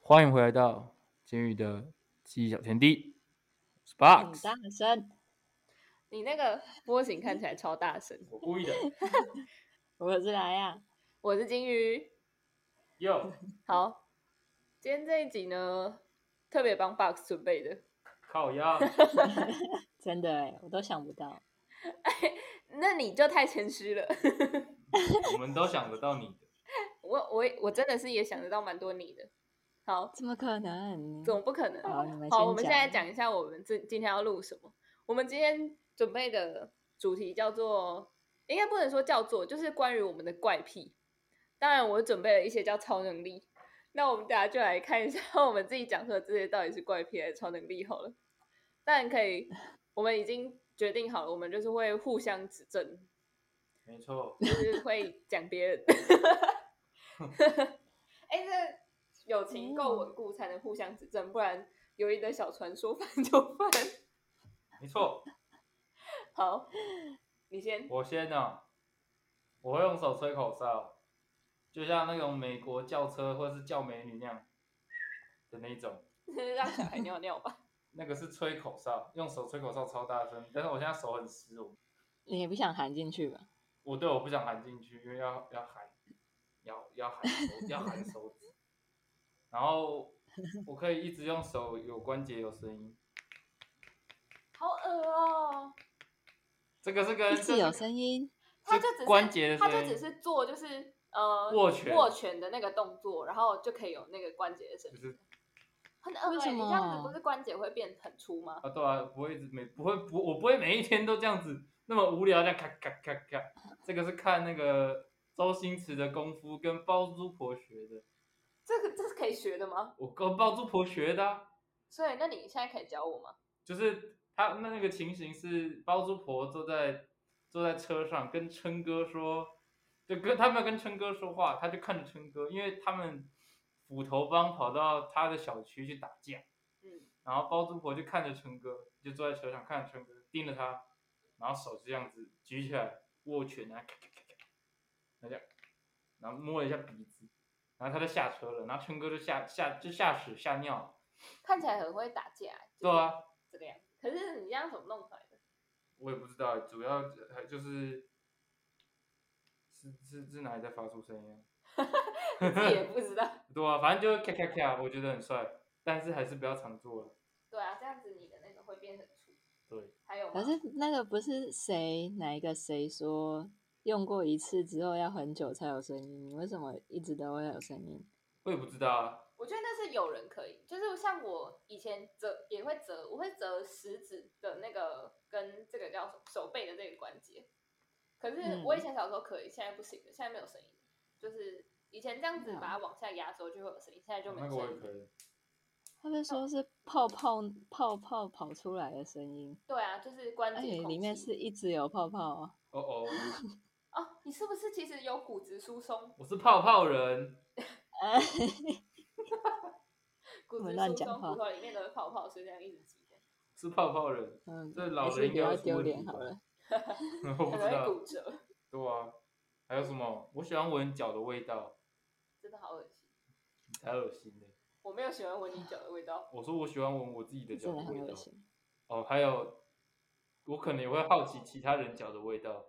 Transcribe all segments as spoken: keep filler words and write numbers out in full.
欢迎回来到监狱的记忆小天地很 ，Sparks。 大声， 你那个波形看起来超大声。 我故意的。 我是来呀， 我是金鱼。 哟， 好，今天这一集呢，特别帮 Box 准备的。 靠腰。 真的哎，我都想不到。 那你就太谦虚了。 我们都想得到你的。 我我我真的是也想得到蛮多你的。好， 怎么可能？ 总不可能。 好，你们好， 先我们现在讲一下我们这今天要录什么。我们今天准备的主题叫做，应该不能说叫做，就是关于我们的怪癖。当然，我准备了一些叫超能力。那我们大家就来看一下，我们自己讲出的这些到底是怪癖还是超能力好了。当然可以，我们已经决定好了，我们就是会互相指正。 没错， 就是会讲别人。哎，这友情够稳固才能互相指正，不然有一的小船说翻就翻。 没错。 好，你先。 我先呢、啊，我会用手吹口哨，就像那种美国轿车或是叫美女那样的那种。 让小孩尿尿吧。 那个是吹口哨，用手吹口哨超大声，但是我现在手很湿哦。 你也不想含进去吧？ 我对我不想含进去，因为要要含，要要含手要含手指，然后我可以一直用手有关节有声音。 好恶哦！ 这个是跟一直有声音， 他就只是关节的声音， 他就只是做就是呃握拳握拳的那个动作，然后就可以有那个关节的声音。 就是很恶欸，你这样子不是关节会变很粗吗？ 啊，对啊，不会一直每不会不我不会每一天都这样子那么无聊这样咔咔咔咔。这个是看那个周星驰的功夫跟包租婆学的。 这个这是可以学的吗？ 我跟包租婆学的、啊。 所以那你现在可以教我吗？ 就是他那那个情形是包租婆坐在坐在车上跟琛哥说，就跟他没有跟琛哥说话，他就看着琛哥，因为他们斧头帮跑到他的小区去打架。 嗯， 然后包租婆就看着琛哥，就坐在车上看着琛哥，盯着他，然后手就这样子举起来握拳啊，咔咔咔咔，那这样，然后摸了一下鼻子，然后他就下车了，然后琛哥就下下就下屎下尿。 看起来很会打架、欸。 对啊， 这个样子。可是你这样怎么弄出来的？ 我也不知道，主要就是是是是哪里在发出声音、 啊？你自己也不知道。 对啊，反正就咔咔咔，我觉得很帅，但是还是不要常做了。 对啊，这样子你的那个会变很粗。 对。 还有吗？ 可是那个不是谁哪一个谁说用过一次之后要很久才有声音？你为什么一直都会有声音？ 我也不知道啊。 我觉得那是有人可以，就是像我以前折也会折，我会折食指的那个跟这个叫什么手背的这个关节。可是我以前小时候可以，现在不行了，现在没有声音。就是以前这样子把它往下压的时候就会有声音，现在就没有声音。 那个我也可以。 他们说是泡泡泡泡跑出来的声音。 对啊，就是关节空气。 哎，里面是一直有泡泡啊。 哦哦。 哦，你是不是其实有骨质疏松？ 我是泡泡人。 骨质疏松，骨头里面的泡泡是这样一直挤的。 是泡泡人。 嗯， 这老人应该要丢脸好了。 我不知道。 骨折。 对啊。还有什么？我喜欢闻脚的味道。 真的好恶心。 你才恶心呢、欸。 我没有喜欢闻你脚的味道。 我说我喜欢闻我自己的脚的味道。 真的很恶心。 哦，还有，我可能也会好奇其他人脚的味道。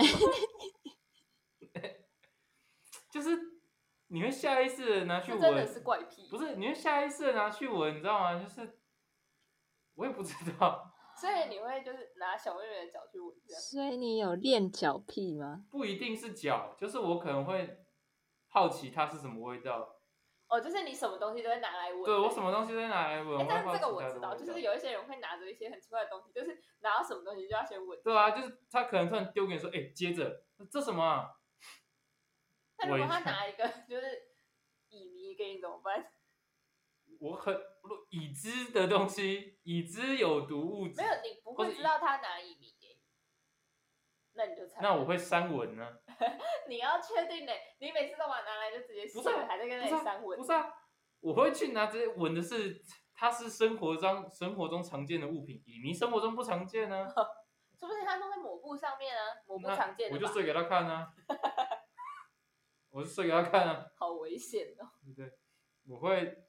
就是你会下意识的拿去闻， 真的是怪癖。 不是，你会下意识的拿去闻，你知道吗？就是我也不知道。 所以你会就是拿小妹妹的脚去闻这样。 所以你有练脚癖吗？ 不一定是脚，就是我可能会好奇它是什么味道。 哦，就是你什么东西都会拿来闻。 对，我什么东西都会拿来闻。 哎，但是这个我知道，就是有一些人会拿着一些很奇怪的东西，就是拿到什么东西就要先闻。 对啊，就是他可能突然丢给你说，哎、欸，接着这什么、啊？ 那如果他拿一个就是乙醚给你怎么办？ 我很已知的东西，已知有毒物质。 没有，你不会知道他拿乙醚给你，那你就猜。 那我会删文呢？ 你要确定呢、欸，你每次都把它拿来就直接洗， 不是、啊， 还在跟那里删文。 不是啊，我会去拿直接闻的是，它是生活中生活中常见的物品，乙醚生活中不常见呢、啊。 说不定他弄在抹布上面啊，抹布常见的吧。 我就睡给他看啊。我就睡给他看啊。 好危险哦。 对不对？我会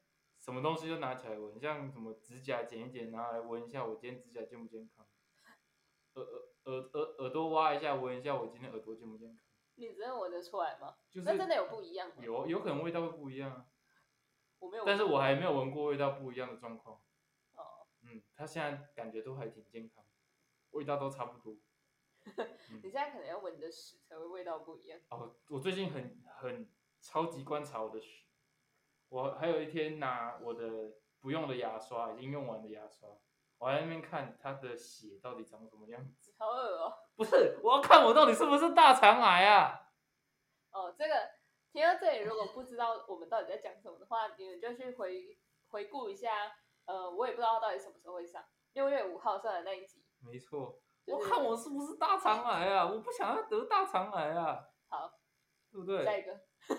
什么东西都拿起来闻，像什么指甲剪一剪，拿来闻一下我今天指甲健不健康，耳耳耳耳耳朵挖一下，闻一下我今天耳朵健不健康。 你真的闻得出来吗？ 就是那真的有不一样吗？ 有有可能味道会不一样啊， 我没有闻过， 但是我还没有闻过味道不一样的状况。 哦， 嗯，它现在感觉都还挺健康，味道都差不多。 你现在可能要闻你的屎才会味道不一样。 哦，我最近很很超级观察我的屎，我还有一天拿我的不用的牙刷，已经用完的牙刷，我还在那边看它的血到底长什么样子。 好恶哦！ 不是，我要看我到底是不是大肠癌啊？ 哦，这个听到这里，如果不知道我们到底在讲什么的话，你们就去回回顾一下。呃，我也不知道到底什么时候会上，六月五号上的那一集。 没错， 就是我看我是不是大肠癌啊？我不想要得大肠癌啊， 好， 对不对？ 下一个。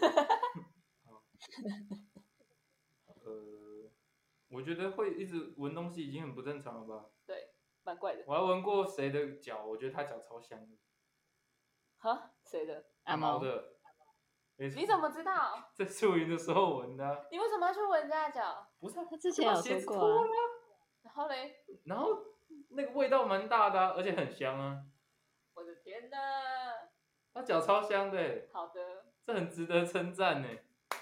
呃，我觉得会一直闻东西已经很不正常了吧？ 对，蛮怪的。 我还闻过谁的脚，我觉得他脚超香的。 哈？谁的？ 阿猫毛的。 你怎么知道？ 在宿营的时候闻的、啊。 你为什么要去闻人家的脚？ 不是、啊， 他之前有说过啊。 然后嘞？ 然后那个味道蛮大的、啊，而且很香啊。 我的天哪！ 他脚超香的、欸。 好的。 这很值得称赞呢。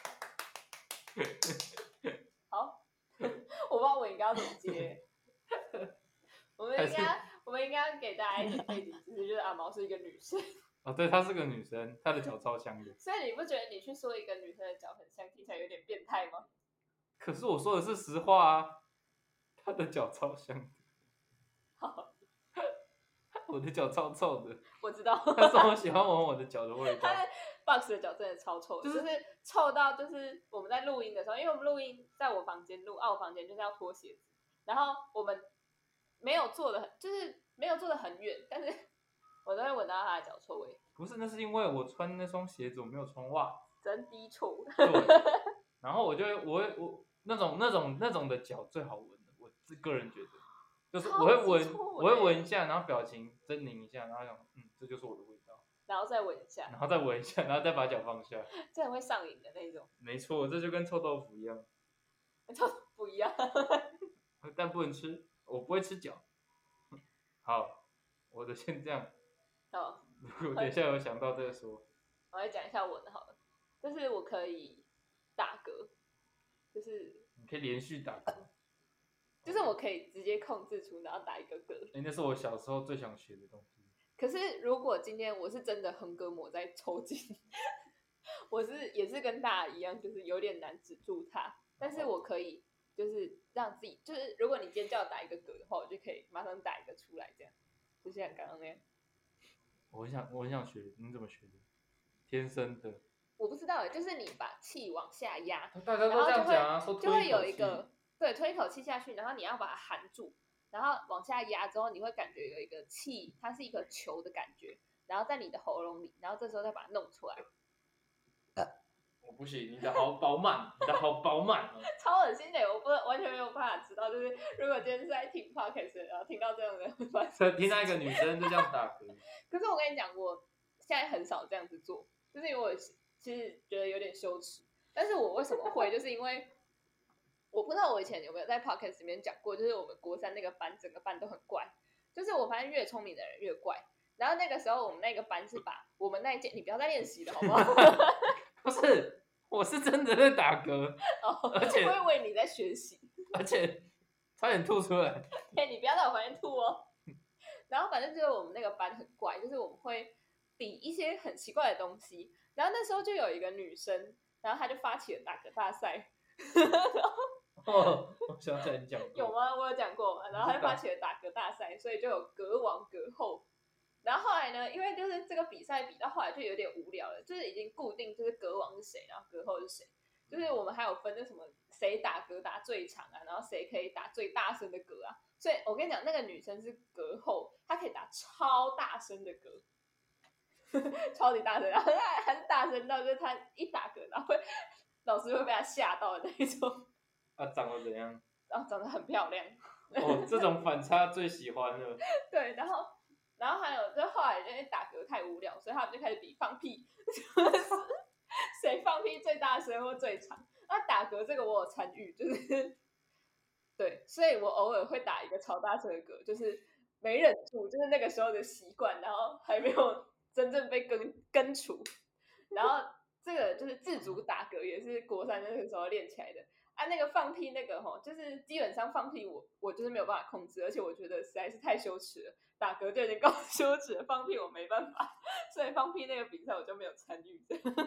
好，我不知道我应该要怎么接。我们应该，我们应该给大家一点背景知识，就是阿毛是一个女生。 哦，对，她是个女生，她的脚超香的。 所以你不觉得你去说一个女生的脚很香，听起来有点变态吗？ 可是我说的是实话啊，她的脚超香的。 好， 我的脚超臭的。 我知道。 她说我喜欢闻我的脚的味道。 Box 的脚真的超臭的，就是、就是臭到就是我们在录音的时候，因为我们录音在我房间录，啊，我房间就是要脱鞋子，然后我们没有坐的很，就是没有坐的很远，但是我都会闻到他的脚臭味。 不是，那是因为我穿那双鞋子我没有穿袜子， 真低臭。 对，然后我就会我会我那种那种那种的脚最好闻的，我自个人觉得，就是我会闻我会闻一下，然后表情狰狞一下，然后想嗯这就是我的味道， 然后再闻一下， 然后再闻一下，然后再把脚放下， 这很会上瘾的那种。 没错，这就跟臭豆腐一样， 臭豆腐不一样， 但不能吃，我不会吃脚。好，我的先这样。 好， 我等一下有想到再说。 我来讲一下我的好了，就是我可以打嗝，就是你可以连续打嗝， 就是我可以直接控制出，然后打一个嗝。 哎、欸，那是我小时候最想学的东西。 可是如果今天我是真的横膈膜在抽筋，我是也是跟大家一样，就是有点难止住它，但是我可以就是让自己，就是如果你今天叫我打一个嗝的话，我就可以马上打一个出来，这样，就像刚刚那样。 我很想，我很想学，你怎么学的？天生的。 我不知道，就是你把气往下压， 大家都这样讲啊，说就会有一个对推一口气下去，然后你要把它含住，然后往下压之后，你会感觉有一个气，它是一个球的感觉，然后在你的喉咙里，然后这时候再把它弄出来。 我不行，你的好饱满，你的好饱满哦， 超恶心的，我不完全没有办法知道，就是如果今天是在听 podcast， 然后听到这样的， 听到一个女生就这样打嗝。 可是我跟你讲，我现在很少这样子做，就是因为我其实觉得有点羞耻。但是我为什么会，就是因为我不知道我以前有没有在 podcast 里面讲过，就是我们国三那个班，整个班都很怪，就是我发现越聪明的人越怪。然后那个时候我们那个班是把我们那一届，你不要再练习了好不好？ 不是，我是真的在打嗝， 哦， 而且我以为你在学习， 而且差点吐出来。 哎、欸，你不要在我旁边吐哦。然后反正就是我们那个班很怪，就是我们会比一些很奇怪的东西。然后那时候就有一个女生，然后她就发起了打嗝大赛。 哦，我想起来你讲过。 有吗？我有讲过嘛。然后她就发起了打嗝大赛，所以就有嗝王嗝后。然后后来呢，因为就是这个比赛比到后来就有点无聊了，就是已经固定就是嗝王是谁，然后嗝后是谁。就是我们还有分那什么谁打嗝打最长啊，然后谁可以打最大声的嗝啊。所以我跟你讲，那个女生是嗝后，她可以打超大声的嗝，超级大声，然后还是大声到就是她一打嗝，然后会老师会被她吓到的那一种。 啊，长得怎样？ 然后长得很漂亮。 哦，这种反差最喜欢了。 对，然后。然后还有，就后来因为打嗝太无聊，所以他们就开始比放屁，谁放屁最大声或最长。然啊，打嗝这个我有参与，就是对，所以我偶尔会打一个超大声的嗝，就是没忍住，就是那个时候的习惯，然后还没有真正被根根除。然后这个就是自主打嗝，也是国三那个时候练起来的。啊，那个放屁那个吼，就是基本上放屁我我就是没有办法控制，而且我觉得实在是太羞耻了，打嗝就已经够羞耻了，放屁我没办法，所以放屁那个比赛我就没有参与。这么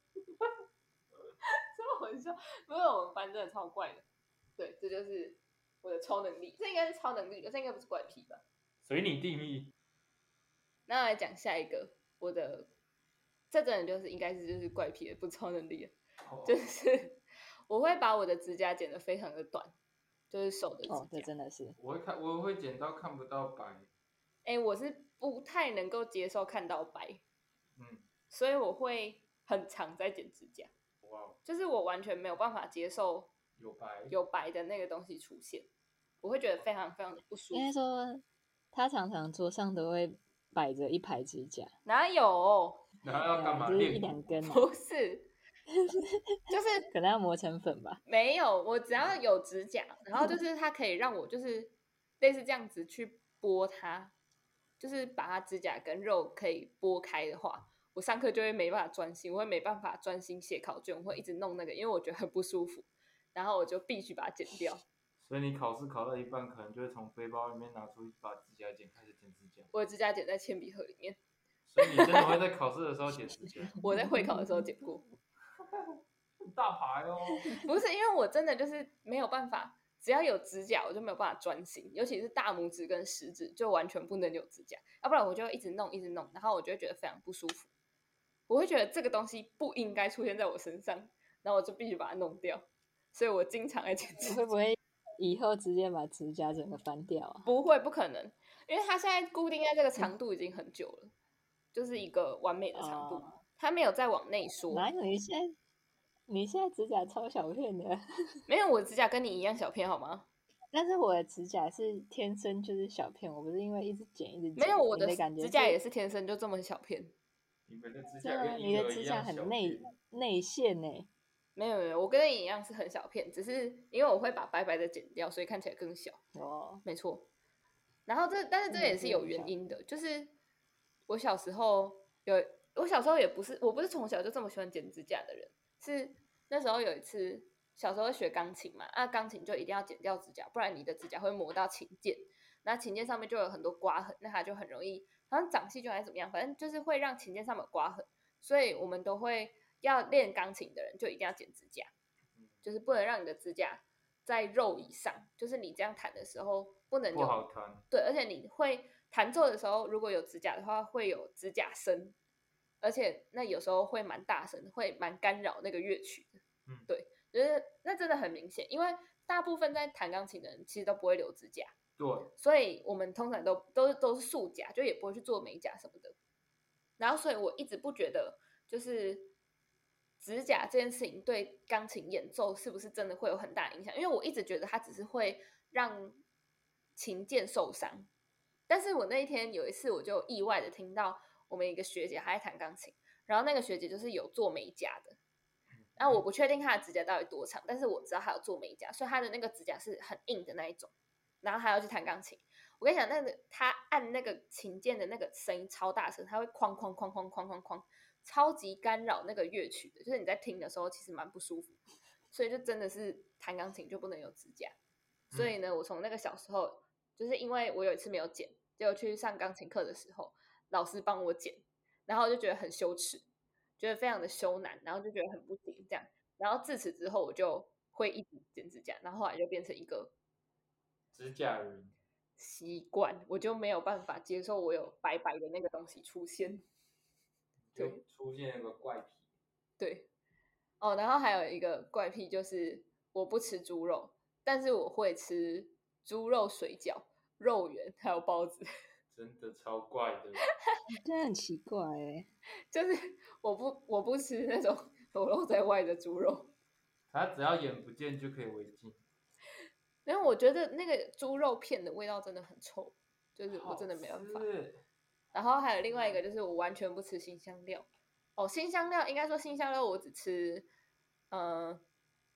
好笑，不是我们班真的超怪的。对，这就是我的超能力，这应该是超能力的，这应该不是怪癖吧？ 随你定义。 那来讲下一个，我的这真的就是应该是就是怪癖的，不是超能力的， 哦、 就是我会把我的指甲剪得非常的短，就是手的指甲。 哦，这真的是。 我会看，我会剪到看不到白。 哎，我是不太能够接受看到白， 嗯， 所以我会很常在剪指甲。 哇， 就是我完全没有办法接受有白有白的那个东西出现，我会觉得非常非常的不舒服。 应该说，他常常桌上都会摆着一排指甲。 哪有？ 然后要干嘛？ 就是练一两根、啊。 不是，就是可能要磨成粉吧。 没有，我只要有指甲，然后就是它可以让我就是类似这样子去剥它，就是把它指甲跟肉可以剥开的话，我上课就会没办法专心，我会没办法专心写考卷，我会一直弄那个，因为我觉得很不舒服，然后我就必须把它剪掉。 所以你考试考到一半，可能就会从背包里面拿出一把指甲剪，开始剪指甲。 我的指甲剪在铅笔盒里面。 所以你真的会在考试的时候剪指甲？ 我在会考的时候剪过。 很大牌哦。 不是，因为我真的就是没有办法，只要有指甲我就没有办法专心，尤其是大拇指跟食指就完全不能有指甲，要不然我就一直弄一直弄，然后我就会觉得非常不舒服。我会觉得这个东西不应该出现在我身上，然后我就必须把它弄掉，所以我经常爱剪指甲。 会不会以后直接把指甲整个翻掉啊？ 不会，不可能，因为它现在固定在这个长度已经很久了，就是一个完美的长度， 哦、 它没有再往内缩。 哪有？你现在你现在指甲超小片的。 没有，我的指甲跟你一样小片好吗？ 但是我的指甲是天生就是小片，我不是因为一直剪一直剪。 没有，我的感觉指甲也是天生就这么小片。 你们的指真的， 甲跟你的指甲很内内线呢。 没有没有，我跟你一样是很小片，只是因为我会把白白的剪掉，所以看起来更小。 哦， 没错。然后这但是这也是有原因的，就是我小时候有，我小时候也不是，我不是从小就这么喜欢剪指甲的人，是那时候有一次小时候学钢琴嘛，啊钢琴就一定要剪掉指甲，不然你的指甲会磨到琴键，那琴键上面就有很多刮痕，那它就很容易好像长细菌还是怎么样，反正就是会让琴键上面有刮痕，所以我们都会要练钢琴的人就一定要剪指甲，就是不能让你的指甲在肉以上，就是你这样弹的时候不能有不好弹。 对，而且你会弹奏的时候，如果有指甲的话，会有指甲声，而且那有时候会蛮大声，会蛮干扰那个乐曲的。 嗯， 对，就是那真的很明显，因为大部分在弹钢琴的人其实都不会留指甲， 对， 所以我们通常都都都是束甲，就也不会去做美甲什么的。然后，所以我一直不觉得就是指甲这件事情对钢琴演奏是不是真的会有很大影响，因为我一直觉得它只是会让琴键受伤。但是我那一天有一次，我就意外的听到我们一个学姐她在弹钢琴，然后那个学姐就是有做美甲的。那我不确定她的指甲到底多长，但是我知道她有做美甲，所以她的那个指甲是很硬的那一种。然后她要去弹钢琴，我跟你讲，那个她按那个琴键的那个声音超大声，她会哐哐哐哐哐哐哐，超级干扰那个乐曲的，就是你在听的时候其实蛮不舒服。所以就真的是弹钢琴就不能有指甲。所以呢，我从那个小时候，就是因为我有一次没有剪，结果去上钢琴课的时候，老师帮我剪，然后我就觉得很羞耻，觉得非常的羞赧，然后就觉得很不行这样。然后自此之后，我就会一直剪指甲，然后后来就变成一个指甲人习惯，我就没有办法接受我有白白的那个东西出现， 就出现那个怪癖。 对，哦，然后还有一个怪癖就是我不吃猪肉，但是我会吃猪肉水饺、肉圆还有包子。 真的超怪的。 真的很奇怪哎， 就是我不我不吃那种裸露在外的猪肉， 他只要眼不见就可以违禁。 因为我觉得那个猪肉片的味道真的很臭，就是我真的没办法。然后还有另外一个就是我完全不吃辛香料。哦，辛香料应该说辛香料我只吃，嗯、呃，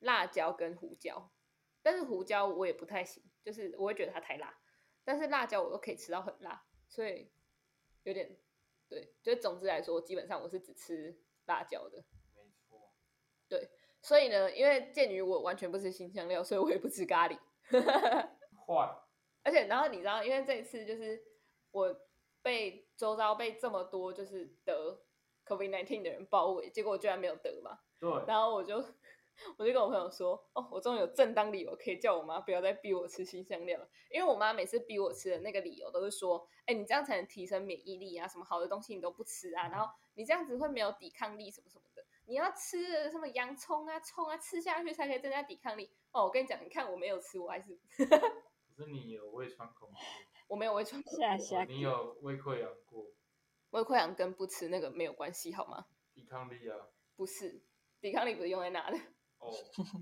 辣椒跟胡椒，但是胡椒我也不太行，就是我会觉得它太辣，但是辣椒我都可以吃到很辣，所以有点对，就总之来说，基本上我是只吃辣椒的。 没错。 对，所以呢，因为鉴于我完全不吃辛香料，所以我也不吃咖喱。 坏。 而且，然后你知道，因为这一次就是我被周遭被这么多就是得 COVID 十九 的人包围，结果我居然没有得嘛。 对。 然后我就我就跟我朋友说，哦，我终于有正当理由可以叫我妈不要再逼我吃辛香料了，因为我妈每次逼我吃的那个理由都是说，哎，你这样才能提升免疫力啊，什么好的东西你都不吃啊，然后你这样子会没有抵抗力什么什么的，你要吃什么洋葱啊、葱啊，吃下去才可以增加抵抗力。哦，我跟你讲，你看我没有吃，我还是可是你有胃穿孔过， 我没有胃穿孔下下你有胃溃疡过， 胃溃疡跟不吃那个没有关系好吗？ 抵抗力啊。 不是，抵抗力不是用在哪的。 哦。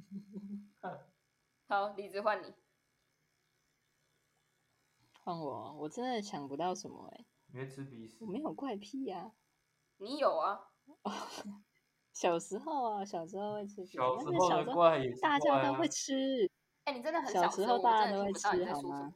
好，李子换你。 换我，我真的想不到什么哎、欸， 你会吃鼻屎？ 我没有怪癖呀、啊。 你有啊？ 小时候啊，小时候会吃鼻屎， 小时但是候的小时候怪也是大家怪啊都会吃。 哎、你真的很小时候声， 大家都会吃，好吗？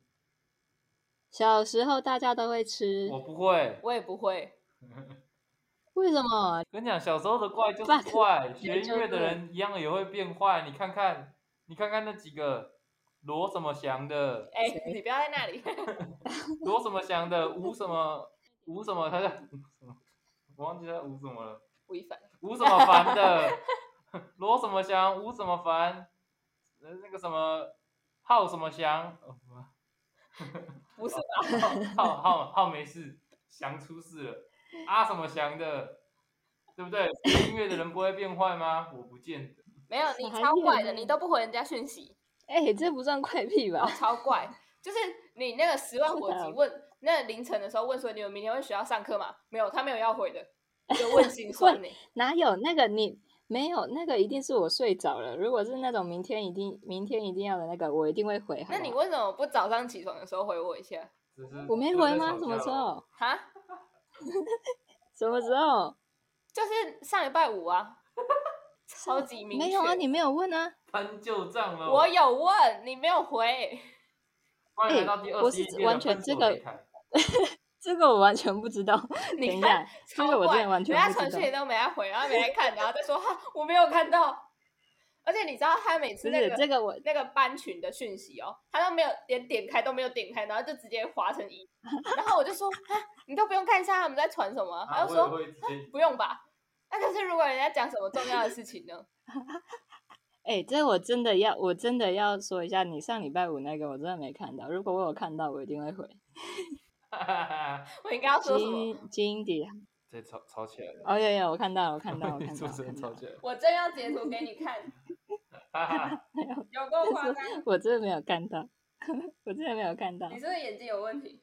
小时候大家都会吃。 我不会。 我也不会。 为什么？ 跟你讲，小时候的怪就是怪，学音乐的对人一样也会变坏。你看看，你看看那几个罗什么祥的， 哎、你不要在那里。 罗什么祥的，吴什么吴什么，他叫吴什么，我忘记他吴什么了。 吴亦凡。 吴什么凡的，罗什么祥，吴什么凡，呃那个什么浩什么祥，哦什么不是吧？ 浩浩浩没事，祥出事了。啊什么祥的，对不对？学音乐的人不会变坏吗？我不见得。 没有，你超怪的，你都不回人家讯息。 哎、欸，这不算怪癖吧？ 哦，超怪，就是你那个十万火急问，那凌晨的时候问说你们明天会学校上课吗？没有，他没有要回的，就问心酸呢。 哪有那个你没有那个一定是我睡着了。如果是那种明天一定明天一定要的那个，我一定会回。好不好？ 那你为什么不早上起床的时候回我一下？ 我没回吗？什么时候？ 哈？ 什么时候？ 就是上礼拜五啊，超级明确。 没有啊，你没有问啊。 翻旧账了。 我有问，你没有回。 欢迎来到第二十一届的分手擂台。 这个我完全不知道。等一下，这个我真的完全不知道。 人家传讯都没来回，然后没来看，然后再说哈我没有看到。而且你知道他每次那个这个我那个班群的讯息哦，他都没有连点开都没有点开，然后就直接划成一。然后我就说啊，你都不用看一下他们在传什么？他就说、啊、不用吧。那可是如果人家讲什么重要的事情呢？ 哎、欸，这我真的要，我真的要说一下，你上礼拜五那个我真的没看到，如果我有看到，我一定会回。 我应该要说什么？ 经典。 这吵吵起来了。 哦，有有，我看到了，我看到了，我看到了。 吵起来了。 我真要截图给你看。有够夸张！ 我真的没有看到，我真的没有看到。 你是不是眼睛有问题？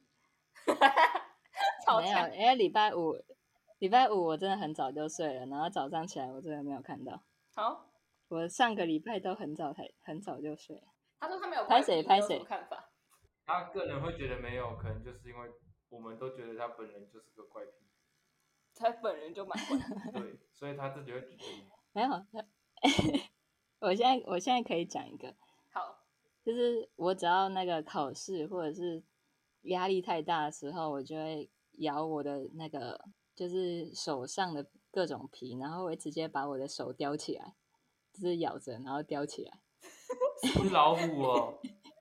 没有，因为礼拜五，礼拜五我真的很早就睡了，然后早上起来我真的没有看到。 好， 我上个礼拜都很早才很早就睡。 他说他没有拍谁拍谁看法？ 他个人会觉得没有，可能就是因为我们都觉得他本人就是个怪癖。 他本人就蛮怪。 对，所以他自己会觉得没有。我现在我现在可以讲一个。 好。 就是我只要那个考试或者是压力太大的时候，我就会咬我的那个就是手上的各种皮，然后我会直接把我的手叼起来，就是咬着然后叼起来。 是老虎哦。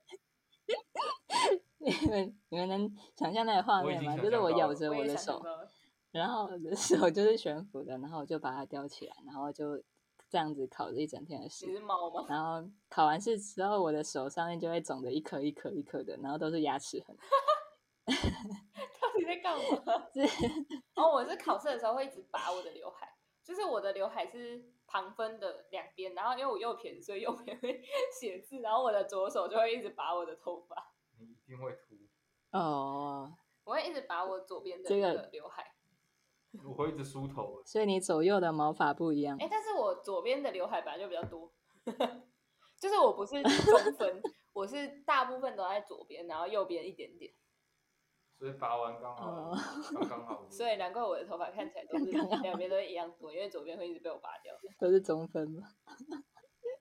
你们你们能想象那个画面吗？就是我咬着我的手，然后我的手就是悬浮的，然后我就把它叼起来，然后就这样子考了一整天的试。 你是猫吗？ 然后考完试之后，我的手上面就会肿的一颗一颗一颗的，然后都是牙齿痕。 到底在干嘛？哦，我是考试的时候会一直拔我的刘海，就是我的刘海是旁分的两边，然后因为我右撇子，所以右边会写字，然后我的左手就会一直拔我的头发。 你一定会秃。 哦。 我会一直拔我左边的那个刘海。 我会一直梳头。 所以你左右的毛发不一样。 哎，但是我左边的刘海本来就比较多，就是我不是中分，我是大部分都在左边，然后右边一点点。 所以拔完刚好，刚刚好。 所以难怪我的头发看起来都是两边都一样多，因为左边会一直被我拔掉。 都是中分吗？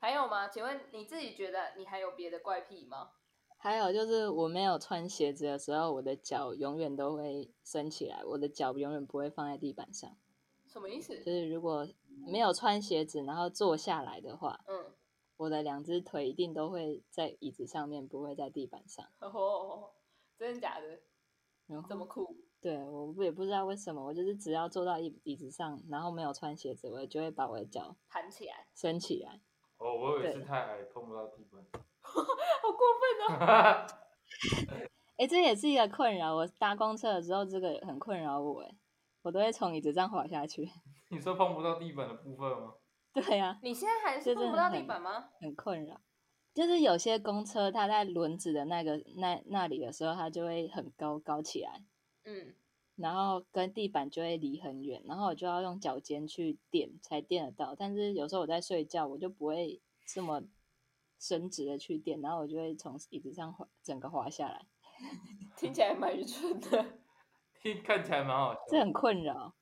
还有吗？请问你自己觉得你还有别的怪癖吗？ 还有就是我没有穿鞋子的时候，我的脚永远都会升起来，我的脚永远不会放在地板上。 什么意思？ 就是如果没有穿鞋子，然后坐下来的话， 嗯， 我的两只腿一定都会在椅子上面，不会在地板上。 哦，真的假的？ 然后这么酷？ 对，我也不知道为什么，我就是只要坐到椅椅子上，然后没有穿鞋子，我就会把我的脚弹起来， 升起来。 哦，我以为是对太矮碰不到地板。 好过分哦！ 哎，这也是一个困扰。我搭公车的时候，这个很困扰我，哎，我都会从椅子上滑下去。 你说碰不到地板的部分吗？ 对呀、啊， 你现在还是这真的碰不到地很板吗？ 很困扰。就是有些公车，它在轮子的那个那那里的时候，它就会很高高起来， 嗯， 然后跟地板就会离很远，然后我就要用脚尖去垫才垫得到。但是有时候我在睡觉，我就不会这么伸直的去垫，然后我就会从椅子上滑整个滑下来， 听起来蛮愚蠢的。 听看起来蛮好笑的。 这很困扰。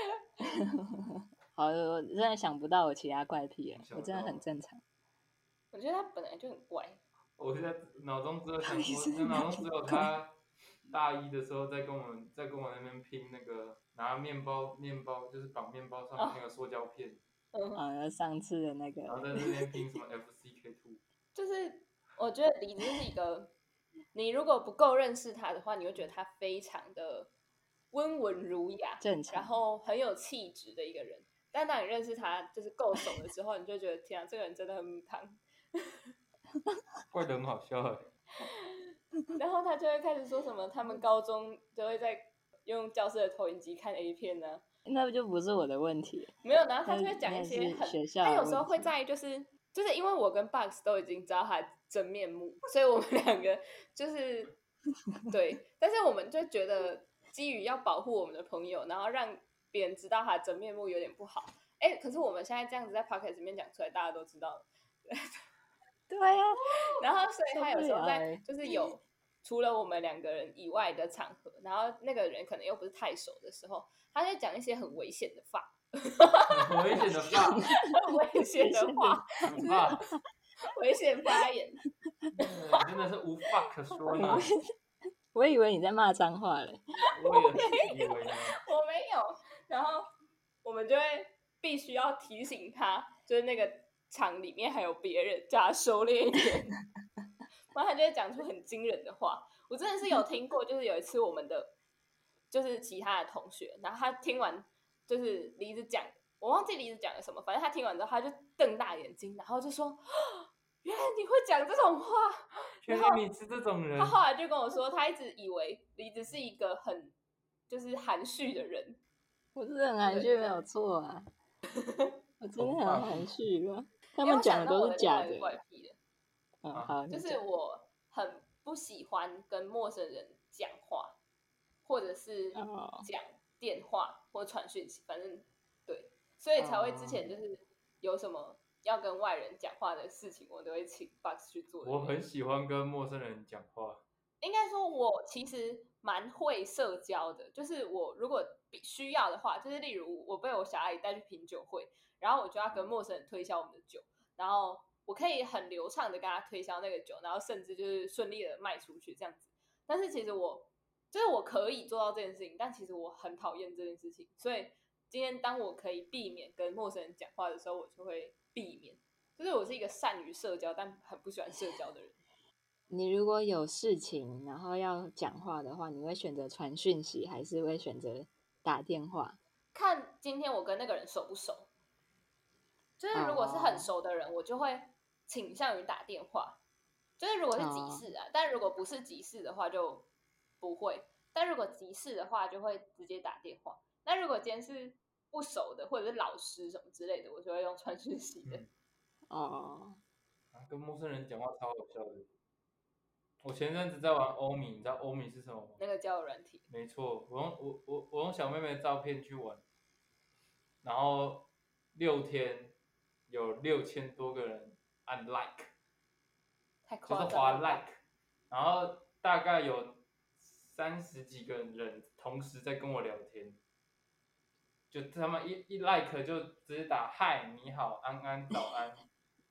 好，我真的想不到我其他怪癖了， 想不到我真的很正常。 我觉得他本来就很怪。 我现在脑中只有想是说，脑中只有他大一的时候在跟我们在跟我那边拼那个拿面包面包就是绑面包上面那个塑胶片， 嗯， 啊，上次的那个， 然后在那边拼什么 F C K two。 就是我觉得梨子就是一个，你如果不够认识他的话，你会觉得他非常的温文儒雅， 正常然后很有气质的一个人。但当你认识他就是够熟的时候，你就觉得天啊，这个人真的很母汤。 怪得很好笑哎。 然后他就会开始说什么，他们高中就会在用教室的投影机看 A 片呢、啊， 那就不是我的问题。 没有，然后他就会讲一些那是很， 学校他的问题有时候会在就是就是因为我跟 Box 都已经知道他的真面目，所以我们两个就是对，但是我们就觉得基于要保护我们的朋友，然后让别人知道他的真面目有点不好。哎，可是我们现在这样子在 Podcast 里面讲出来，大家都知道了。 对呀、啊， 然后所以他有时候在受不了欸就是有除了我们两个人以外的场合，然后那个人可能又不是太熟的时候，他就讲一些很危险的话， 很危险的话， 很危险的话， 很怕， 危险发言。 真的是无话可说呢。 我以为你在骂脏话嘞。 我也以为呢。 我没有，然后我们就会必须要提醒他，就是那个场里面还有别人，叫他收敛一点，不然他就会讲出很惊人的话。我真的是有听过，就是有一次我们的就是其他的同学，然后他听完就是梨子讲，我忘记梨子讲了什么，反正他听完之后他就瞪大眼睛，然后就说：“原来你会讲这种话。” 原来你是这种人他。后来就跟我说，他一直以为梨子是一个很就是含蓄的人。 我是很含蓄，没有错啊。我真的很含蓄吧？他们讲的都是假的。 怪癖的， 嗯，好， 就是我很不喜欢跟陌生人讲话，或者是讲电话或传讯息，反正对，所以才会之前就是有什么要跟外人讲话的事情，我都会请 Box 去做。 我很喜欢跟陌生人讲话。 应该说，我其实蛮会社交的，就是我如果需要的话，就是例如我被我小阿姨带去品酒会，然后我就要跟陌生人推销我们的酒，然后我可以很流畅的跟他推销那个酒，然后甚至就是顺利的卖出去这样子。但是其实我就是我可以做到这件事情，但其实我很讨厌这件事情，所以今天当我可以避免跟陌生人讲话的时候，我就会避免。就是我是一个善于社交但很不喜欢社交的人。 你如果有事情然后要讲话的话，你会选择传讯息还是会选择打电话？ 看今天我跟那个人熟不熟。就是如果是很熟的人， oh. 我就会倾向于打电话。就是如果是急事啊， oh. 但如果不是急事的话就不会。但如果急事的话，就会直接打电话。那如果今天是不熟的，或者是老师什么之类的，我就会用传讯息的。 哦、 嗯，跟陌生人讲话超好笑的。我前阵子在玩欧米，你知道欧米是什么吗？ 那个交友软体。 没错，我用我我我用小妹妹的照片去玩，然后六天有六千多个人按 like， 太夸张了， 就是滑 like， 然后大概有三十几个人同时在跟我聊天，就他们一一 like 就直接打嗨你好安安早安，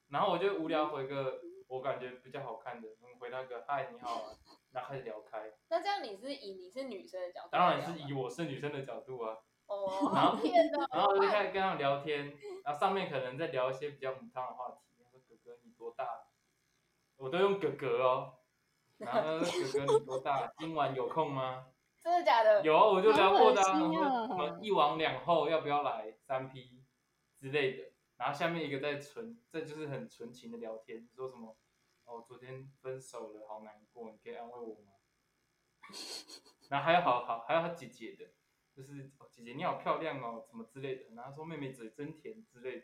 然后我就无聊回个我感觉比较好看的，回那个嗨你好啊，然后开始聊开。 那这样你是以你是女生的角度？ 当然是以我是女生的角度啊。 哦， 然后骗哦。 然后我就开始跟他们聊天，然后上面可能在聊一些比较母汤的话题，说哥哥你多大？我都用哥哥哦。然后哥哥你多大？今晚有空吗？ 真的假的？ 有啊，我就聊过的啊， 好恶心什哦么一王两后要不要来三 P 之类的。然后下面一个在纯，这就是很纯情的聊天，说什么哦昨天分手了，好难过，你可以安慰我吗？然后还有好好还有他姐姐的，就是、哦、姐姐你好漂亮哦，什么之类的。然后说妹妹嘴真甜之类的。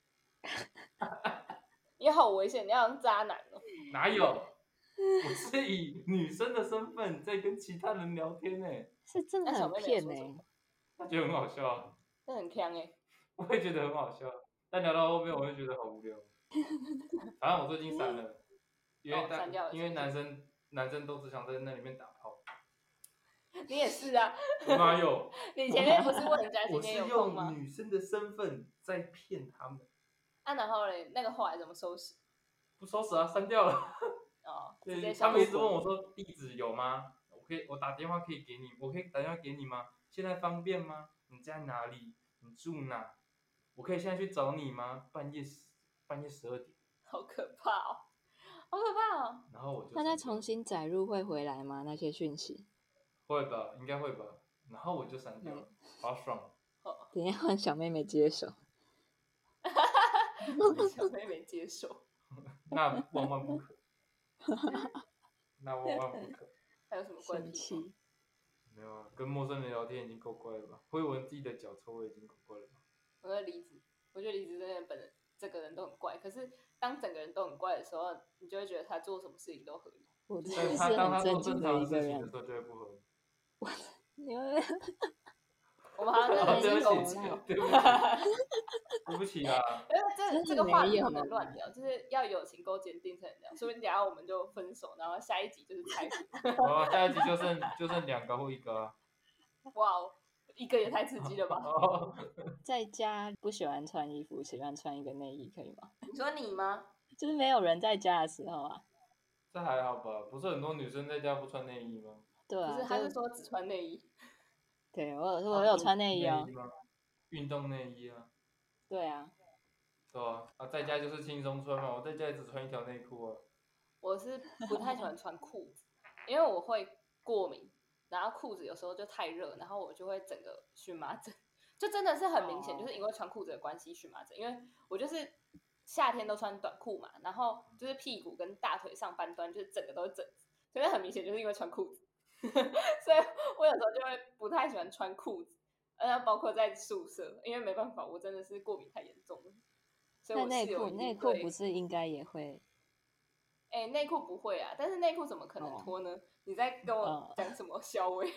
你好危险，你好像渣男哦。 哪有？我是以女生的身份在跟其他人聊天呢、欸， 是真的很骗呢、 欸。 他觉得很好笑啊， 那很强哎、欸。 我也觉得很好笑，但聊到后面我就觉得好无聊。反正我最近删了，因为大、 哦、 因为男生男生都只想在那里面打炮。 你也是啊。 我哪有？ 你前面不是问人家今天有空吗？ 我是用女生的身份在骗他们。 啊，然后嘞，那个后来怎么收拾？ 不收拾啊，删掉了。 哦， 对，他们一直问我说地址有吗？我可以，我打电话可以给你，我可以打电话给你吗？现在方便吗？你在哪里？你住哪？我可以现在去找你吗？半夜十半夜十二点。 好可怕哦，好可怕哦。 然后我就那再重新载入会回来吗？那些讯息？ 会吧，应该会吧。然后我就删掉了，好爽。 等一下换小妹妹接手。 小妹妹接手。 那万万不可。那万万不可。 还有什么关系？ 没有啊，跟陌生人聊天已经够怪了吧？会闻自己的脚臭味已经够怪了吧？ 我觉得离子，我觉得离子真的本人这个人都很怪，可是当整个人都很怪的时候，你就会觉得他做什么事情都合理。 我真但的他当他做是很正经正常的的一个人事情的时。候就会不合理。 你们我们好像在对不人起， 身攻击。 对不起，对不起啊。 因为这这个话题不能乱聊，就是要友情够坚定才能聊。说不定等下我们就分手，然后下一集就是猜谜。 哇，下一集就剩就剩两个或一个啊。 哇哦，一个也太刺激了吧！ 在家不喜欢穿衣服，喜欢穿一个内衣，可以吗？ 你说你吗？ 就是没有人在家的时候啊。 这还好吧？不是很多女生在家不穿内衣吗？ 对啊， 不是，他是说只穿内衣。 对，我有我有穿内衣哦。 运动内衣啊。 对啊。 对啊，啊，在家就是轻松穿嘛，我在家只穿一条内裤啊。 我是不太喜欢穿裤子，因为我会过敏，然后裤子有时候就太热，然后我就会整个荨麻疹，就真的是很明显，就是因为穿裤子的关系荨麻疹，因为我就是夏天都穿短裤嘛，然后就是屁股跟大腿上半端就是整个都是疹子，所以很明显就是因为穿裤子，所以我有时候就会不太喜欢穿裤子，而且包括在宿舍，因为没办法，我真的是过敏太严重了。 那内裤内裤不是应该也会？ 哎、欸，内裤不会啊，但是内裤怎么可能脱呢？哦、你在跟我讲什么肖威？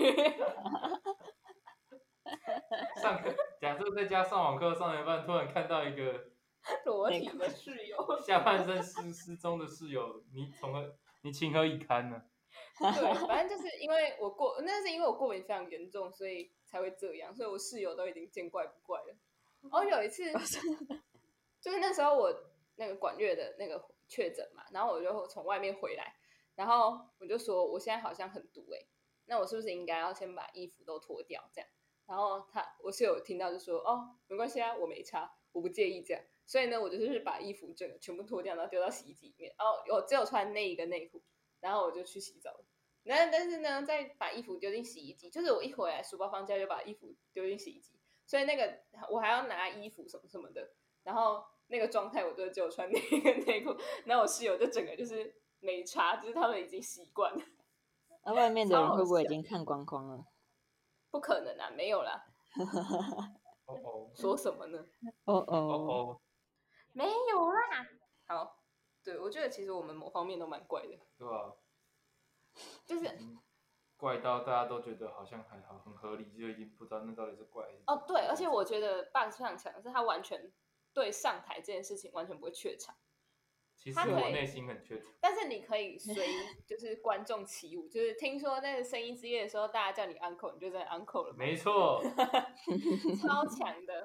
上课，假设在家上网课上一半，突然看到一个裸体的室友， 下半身失失踪的室友，你从何你情何以堪呢？ 对，反正就是因为我过，那是因为我过敏非常严重，所以才会这样，所以我室友都已经见怪不怪了。哦，有一次。就是那时候我那个管乐的那个确诊嘛，然后我就从外面回来，然后我就说我现在好像很毒哎、欸，那我是不是应该要先把衣服都脱掉这样？然后他我室友听到就说哦没关系啊，我没差，我不介意这样，所以呢我就是把衣服整个全部脱掉，然后丢到洗衣机里面，然后我只有穿内衣跟内裤，然后我就去洗澡了。那但是呢，再把衣服丢进洗衣机，就是我一回来书包放假就把衣服丢进洗衣机，所以那个我还要拿衣服什么什么的。然后那个状态，我就只有穿内衣跟内裤，然后我室友就整个就是没差，就是他们已经习惯了。 那外面的人会不会已经看光光了？ 不可能啊，没有啦。 哦哦， 说什么呢？ 哦哦哦， 没有啦。好，对，我觉得其实我们某方面都蛮怪的， 对吧？ 就是。 嗯怪到大家都觉得好像还好，很合理，就已经不知道那到底是怪还是哦，对，而且我觉得 Box 非常强，是他完全对上台这件事情完全不会怯场。 其实我内心很怯场， 但是你可以随就是观众起舞，就是听说那个声音之夜的时候，大家叫你 uncle， 你就真的 uncle 了。 没错， 超强的。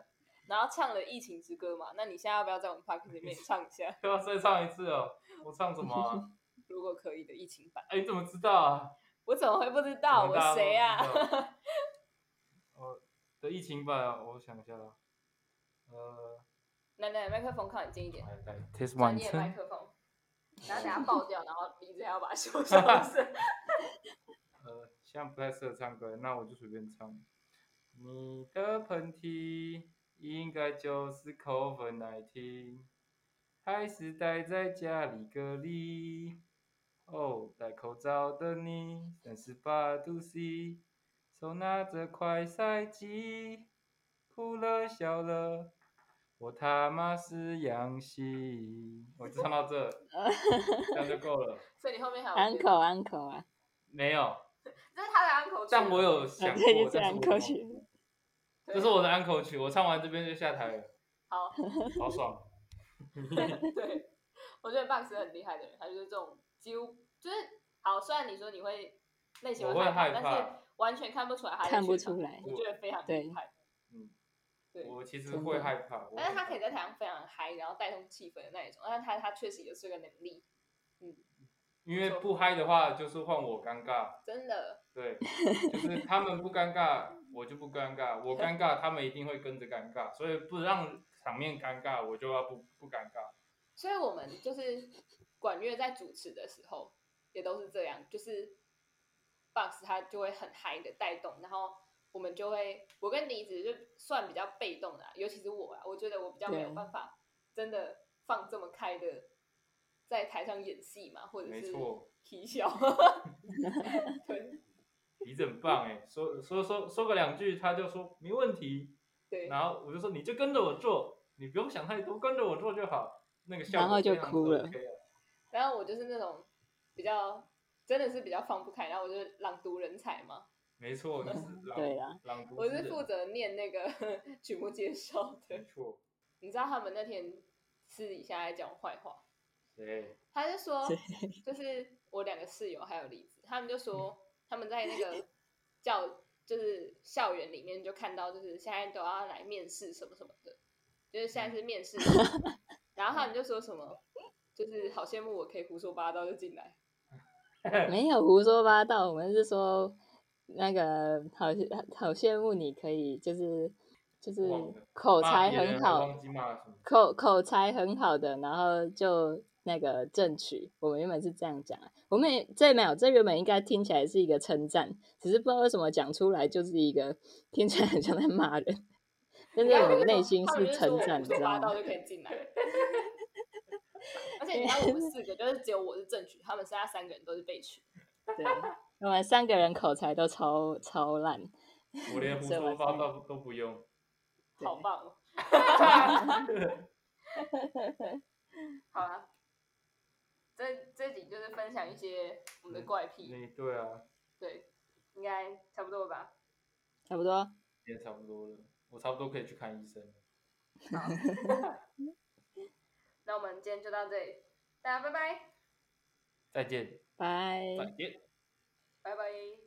然后唱了《疫情之歌》嘛。那你现在要不要在我们 podcast 里面也唱一下？ 对啊，再唱一次哦。我唱什么啊？ 如果可以的疫情版。 哎，你怎么知道啊？ 我怎么会不知道？我谁啊？ 哦，的疫情版啊，我想一下啦。呃， 来来，麦克风靠你近一点。 来来 ，test 专 one 业麦 ten。 克风。然后等下爆掉，然后鼻子还要把它修上声。 呃，现在不太适合唱歌，那我就随便唱。你的喷嚏应该就是 COVID 十九， 还是待在家里隔离？哦，戴口罩的你，三十八度 C， 手拿着快筛机，哭了笑了，我他妈是阳性。我就唱到这，这样就够了。 所以你后面还有安口安口啊？ 没有， 这是他的安口曲。 但我有想过， 对，就是但是安口曲。 这是我的安口曲，我唱完这边就下台了。 好， 好爽。 对，我觉得 Box 是很厉害的人，他就是这种几乎就是好。虽然你说你会内心会害怕， 但是完全看不出来他看不出来， 我觉得非常厉害。 嗯， 对， 我其实会害怕， 但是他可以在台上非常嗨，然后带动气氛的那一种。但是他他确实有这个能力。嗯， 因为不嗨的话，就是换我尴尬。 真的。 对，就是他们不尴尬，我就不尴尬；我尴尬，他们一定会跟着尴尬。所以不让场面尴尬，我就要不不尴尬。 所以我们就是管乐在主持的时候也都是这样，就是 Box 他就会很嗨的带动，然后我们就会，我跟李子就算比较被动的、啊，尤其是我啊，我觉得我比较没有办法真的放这么开的在台上演戏嘛，或者是啼笑。对， 李子很棒哎，说说说说个两句，他就说没问题。 对， 然后我就说你就跟着我做，你不用想太多，跟着我做就好。那个效果、OK 啊、 然后就哭了。 然后我就是那种比较真的是比较放不开，然后我就朗读人才嘛。 没错，你是朗对啊， 朗读。 我是负责念那个曲目介绍的。 没错。 你知道他们那天私底下在讲坏话。 谁？ 他就说，就是我两个室友还有栗子，他们就说他们在那个教就是校园里面就看到，就是现在都要来面试什么什么的，就是现在是面试。然后他们就说什么，就是好羡慕我可以胡说八道就进来。 没有胡说八道，我们是说那个好好羡慕你可以就是就是口才很好，口口才很好的，然后就那个正取。我们原本是这样讲，我们也这没有，这原本应该听起来是一个称赞，只是不知道为什么讲出来就是一个听起来很像在骂人，但是我们内心是称赞，你知道吗？ 就可以进来。而且你看我们四个，就是只有我是正取，他们剩下三个人都是被取。 对，我们三个人口才都超超烂， 我连胡说八道都不用， 好棒哦！好啊，这这集就是分享一些我们的怪癖。 嗯、对啊， 对，应该差不多了吧？ 差不多， 也差不多了，我差不多可以去看医生。 好。那我们今天就到这里，大家拜拜， 再见， 拜， 再见， 拜拜。